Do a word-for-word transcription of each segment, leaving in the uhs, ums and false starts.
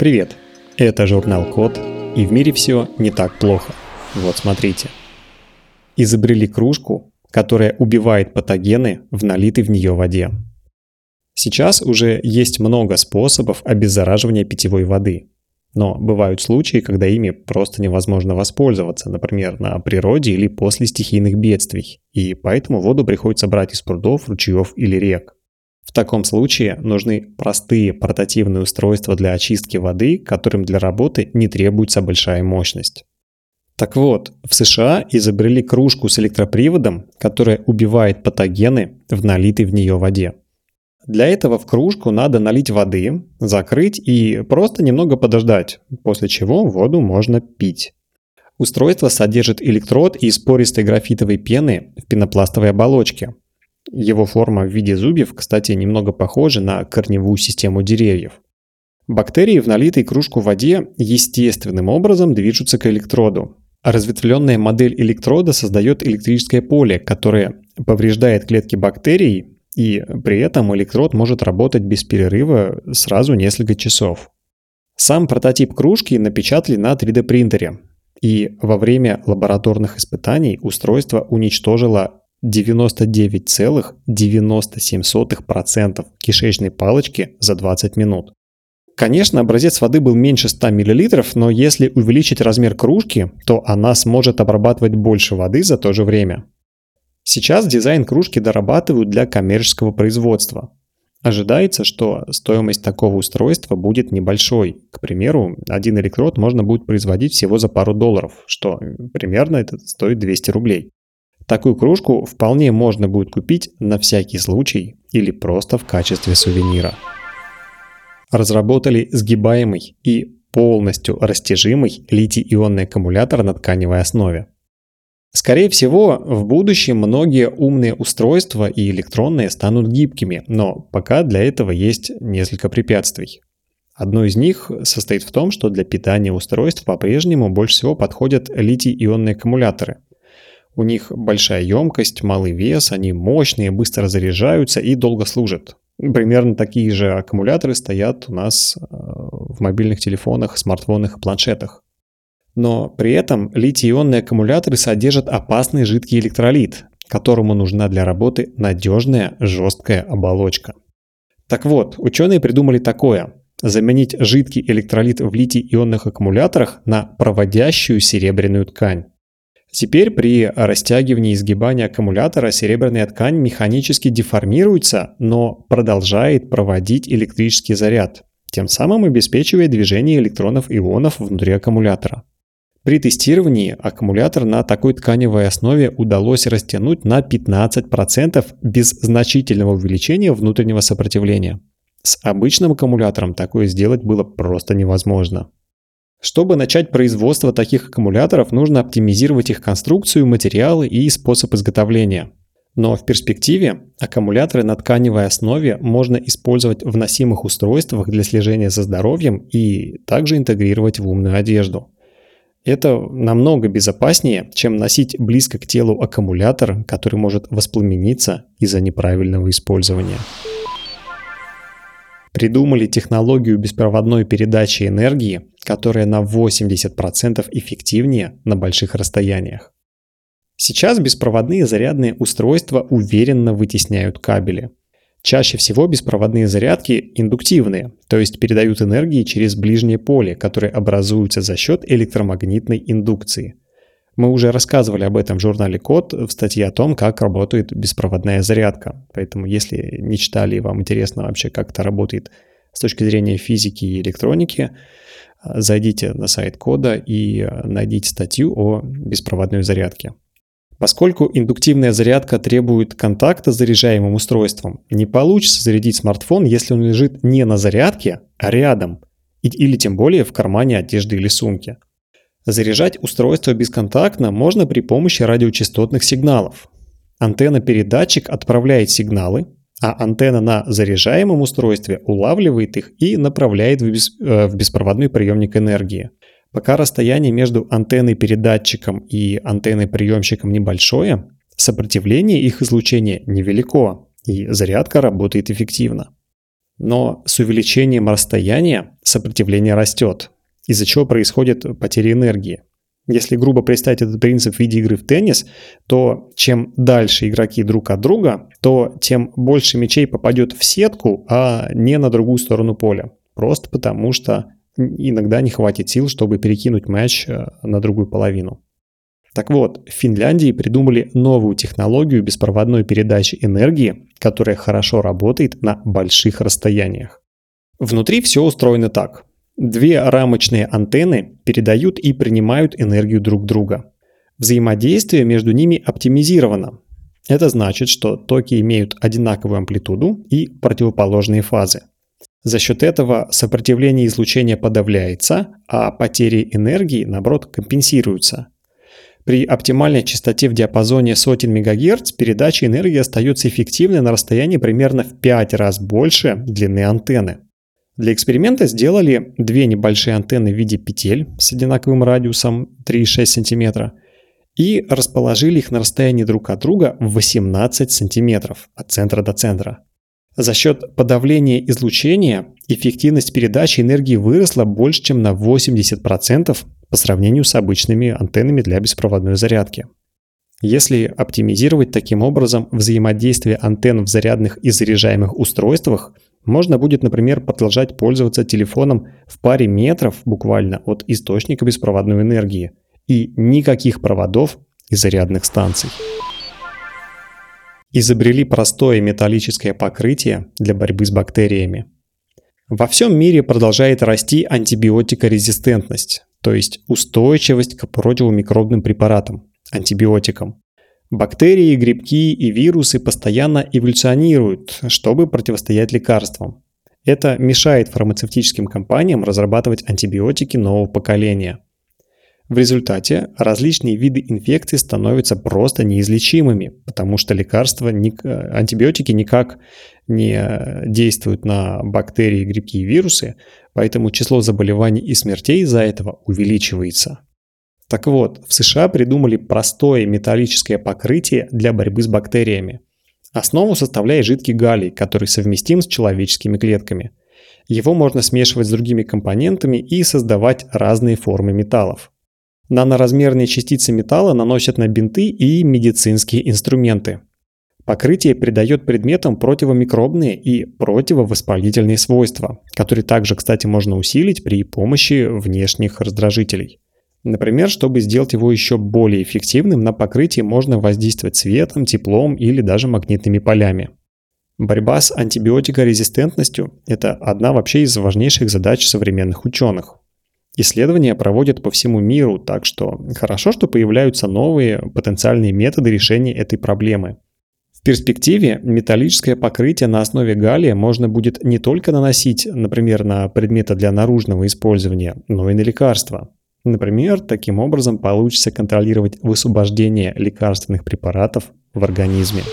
Привет, это журнал Код, и в мире все не так плохо. Вот смотрите. Изобрели кружку, которая убивает патогены в налитой в нее воде. Сейчас уже есть много способов обеззараживания питьевой воды. Но бывают случаи, когда ими просто невозможно воспользоваться, например, на природе или после стихийных бедствий, и поэтому воду приходится брать из прудов, ручьев или рек. В таком случае нужны простые портативные устройства для очистки воды, которым для работы не требуется большая мощность. Так вот, в США изобрели кружку с электроприводом, которая убивает патогены в налитой в нее воде. Для этого в кружку надо налить воды, закрыть и просто немного подождать, после чего воду можно пить. Устройство содержит электрод из пористой графитовой пены в пенопластовой оболочке. Его форма в виде зубьев, кстати, немного похожа на корневую систему деревьев. Бактерии в налитой кружку воде естественным образом движутся к электроду. А разветвленная модель электрода создает электрическое поле, которое повреждает клетки бактерий, и при этом электрод может работать без перерыва сразу несколько часов. Сам прототип кружки напечатали на три дэ принтере, и во время лабораторных испытаний устройство уничтожило девяносто девять целых девяносто семь сотых процента кишечной палочки за двадцать минут. Конечно, образец воды был меньше ста миллилитров, но если увеличить размер кружки, то она сможет обрабатывать больше воды за то же время. Сейчас дизайн кружки дорабатывают для коммерческого производства. Ожидается, что стоимость такого устройства будет небольшой. К примеру, один электрод можно будет производить всего за пару долларов, что примерно это стоит двести рублей. Такую кружку вполне можно будет купить на всякий случай или просто в качестве сувенира. Разработали сгибаемый и полностью растяжимый литий-ионный аккумулятор на тканевой основе. Скорее всего, в будущем многие умные устройства и электронные станут гибкими, но пока для этого есть несколько препятствий. Одно из них состоит в том, что для питания устройств по-прежнему больше всего подходят литий-ионные аккумуляторы. У них большая емкость, малый вес, они мощные, быстро заряжаются и долго служат. Примерно такие же аккумуляторы стоят у нас в мобильных телефонах, смартфонах и планшетах. Но при этом литий-ионные аккумуляторы содержат опасный жидкий электролит, которому нужна для работы надежная жесткая оболочка. Так вот, ученые придумали такое: заменить жидкий электролит в литий-ионных аккумуляторах на проводящую серебряную ткань. Теперь при растягивании и сгибании аккумулятора серебряная ткань механически деформируется, но продолжает проводить электрический заряд, тем самым обеспечивая движение электронов-ионов внутри аккумулятора. При тестировании аккумулятор на такой тканевой основе удалось растянуть на пятнадцать процентов без значительного увеличения внутреннего сопротивления. С обычным аккумулятором такое сделать было просто невозможно. Чтобы начать производство таких аккумуляторов, нужно оптимизировать их конструкцию, материалы и способ изготовления. Но в перспективе аккумуляторы на тканевой основе можно использовать в носимых устройствах для слежения за здоровьем и также интегрировать в умную одежду. Это намного безопаснее, чем носить близко к телу аккумулятор, который может воспламениться из-за неправильного использования. Придумали технологию беспроводной передачи энергии, которая на восемьдесят процентов эффективнее на больших расстояниях. Сейчас беспроводные зарядные устройства уверенно вытесняют кабели. Чаще всего беспроводные зарядки индуктивные, то есть передают энергии через ближнее поле, которое образуется за счет электромагнитной индукции. Мы уже рассказывали об этом в журнале Код в статье о том, как работает беспроводная зарядка. Поэтому, если не читали и вам интересно вообще, как это работает с точки зрения физики и электроники, зайдите на сайт Кода и найдите статью о беспроводной зарядке. Поскольку индуктивная зарядка требует контакта с заряжаемым устройством, не получится зарядить смартфон, если он лежит не на зарядке, а рядом, или тем более в кармане одежды или сумки. Заряжать устройство бесконтактно можно при помощи радиочастотных сигналов. Антенна-передатчик отправляет сигналы, а антенна на заряжаемом устройстве улавливает их и направляет в, бес... в беспроводной приемник энергии. Пока расстояние между антенной-передатчиком и антенной-приемщиком небольшое, сопротивление их излучения невелико, и зарядка работает эффективно. Но с увеличением расстояния сопротивление растет, из-за чего происходит потеря энергии. Если грубо представить этот принцип в виде игры в теннис, то чем дальше игроки друг от друга, то тем больше мячей попадет в сетку, а не на другую сторону поля. Просто потому что иногда не хватит сил, чтобы перекинуть мяч на другую половину. Так вот, в Финляндии придумали новую технологию беспроводной передачи энергии, которая хорошо работает на больших расстояниях. Внутри все устроено так. Две рамочные антенны передают и принимают энергию друг друга. Взаимодействие между ними оптимизировано. Это значит, что токи имеют одинаковую амплитуду и противоположные фазы. За счет этого сопротивление излучения подавляется, а потери энергии, наоборот, компенсируются. При оптимальной частоте в диапазоне сотен мегагерц передача энергии остается эффективной на расстоянии примерно в пять раз больше длины антенны. Для эксперимента сделали две небольшие антенны в виде петель с одинаковым радиусом три и шесть сантиметра и расположили их на расстоянии друг от друга в восемнадцать сантиметров от центра до центра. За счет подавления излучения эффективность передачи энергии выросла больше, чем на восемьдесят процентов по сравнению с обычными антеннами для беспроводной зарядки. Если оптимизировать таким образом взаимодействие антенн в зарядных и заряжаемых устройствах, можно будет, например, продолжать пользоваться телефоном в паре метров буквально от источника беспроводной энергии и никаких проводов и зарядных станций. Изобрели простое металлическое покрытие для борьбы с бактериями. Во всем мире продолжает расти антибиотикорезистентность, то есть устойчивость к противомикробным препаратам, антибиотикам. Бактерии, грибки и вирусы постоянно эволюционируют, чтобы противостоять лекарствам. Это мешает фармацевтическим компаниям разрабатывать антибиотики нового поколения. В результате различные виды инфекций становятся просто неизлечимыми, потому что лекарства, антибиотики никак не действуют на бактерии, грибки и вирусы, поэтому число заболеваний и смертей из-за этого увеличивается. Так вот, в США придумали простое металлическое покрытие для борьбы с бактериями. Основу составляет жидкий галлий, который совместим с человеческими клетками. Его можно смешивать с другими компонентами и создавать разные формы металлов. Наноразмерные частицы металла наносят на бинты и медицинские инструменты. Покрытие придает предметам противомикробные и противовоспалительные свойства, которые также, кстати, можно усилить при помощи внешних раздражителей. Например, чтобы сделать его еще более эффективным, на покрытие можно воздействовать светом, теплом или даже магнитными полями. Борьба с антибиотикорезистентностью – это одна вообще из важнейших задач современных ученых. Исследования проводят по всему миру, так что хорошо, что появляются новые потенциальные методы решения этой проблемы. В перспективе металлическое покрытие на основе галлия можно будет не только наносить, например, на предметы для наружного использования, но и на лекарства. Например, таким образом получится контролировать высвобождение лекарственных препаратов в организме.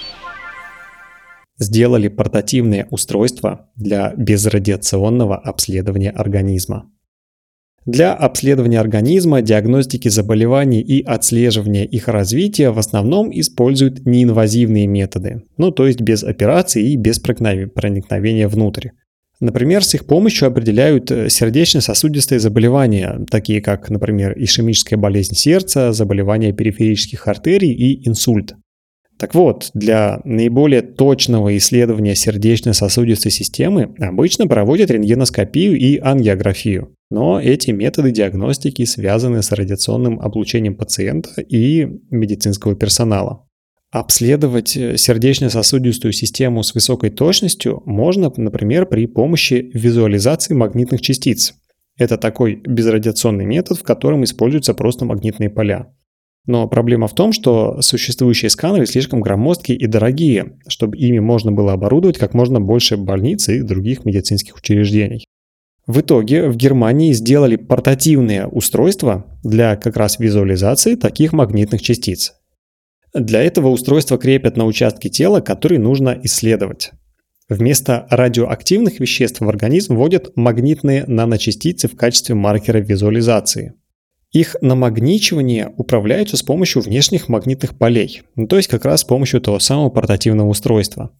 Сделали портативное устройство для безрадиационного обследования организма. Для обследования организма, диагностики заболеваний и отслеживания их развития в основном используют неинвазивные методы, ну то есть без операций и без проникновения внутрь. Например, с их помощью определяют сердечно-сосудистые заболевания, такие как, например, ишемическая болезнь сердца, заболевания периферических артерий и инсульт. Так вот, для наиболее точного исследования сердечно-сосудистой системы обычно проводят рентгеноскопию и ангиографию. Но эти методы диагностики связаны с радиационным облучением пациента и медицинского персонала. Обследовать сердечно-сосудистую систему с высокой точностью можно, например, при помощи визуализации магнитных частиц. Это такой безрадиационный метод, в котором используются просто магнитные поля. Но проблема в том, что существующие сканеры слишком громоздкие и дорогие, чтобы ими можно было оборудовать как можно больше больниц и других медицинских учреждений. В итоге в Германии сделали портативное устройство для как раз визуализации таких магнитных частиц. Для этого устройство крепят на участке тела, который нужно исследовать. Вместо радиоактивных веществ в организм вводят магнитные наночастицы в качестве маркера визуализации. Их намагничивание управляется с помощью внешних магнитных полей, ну, то есть как раз с помощью того самого портативного устройства.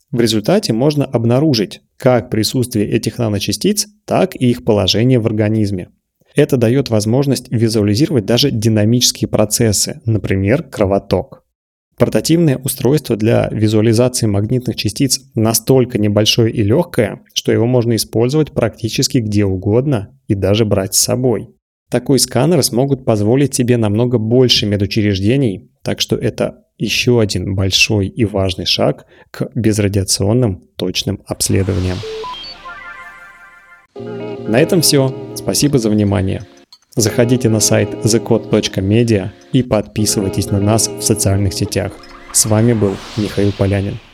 В результате можно обнаружить как присутствие этих наночастиц, так и их положение в организме. Это дает возможность визуализировать даже динамические процессы, например, кровоток. Портативное устройство для визуализации магнитных частиц настолько небольшое и легкое, что его можно использовать практически где угодно и даже брать с собой. Такой сканер смогут позволить себе намного больше медучреждений, так что это еще один большой и важный шаг к безрадиационным точным обследованиям. На этом все. Спасибо за внимание. Заходите на сайт the code точка media и подписывайтесь на нас в социальных сетях. С вами был Михаил Полянин.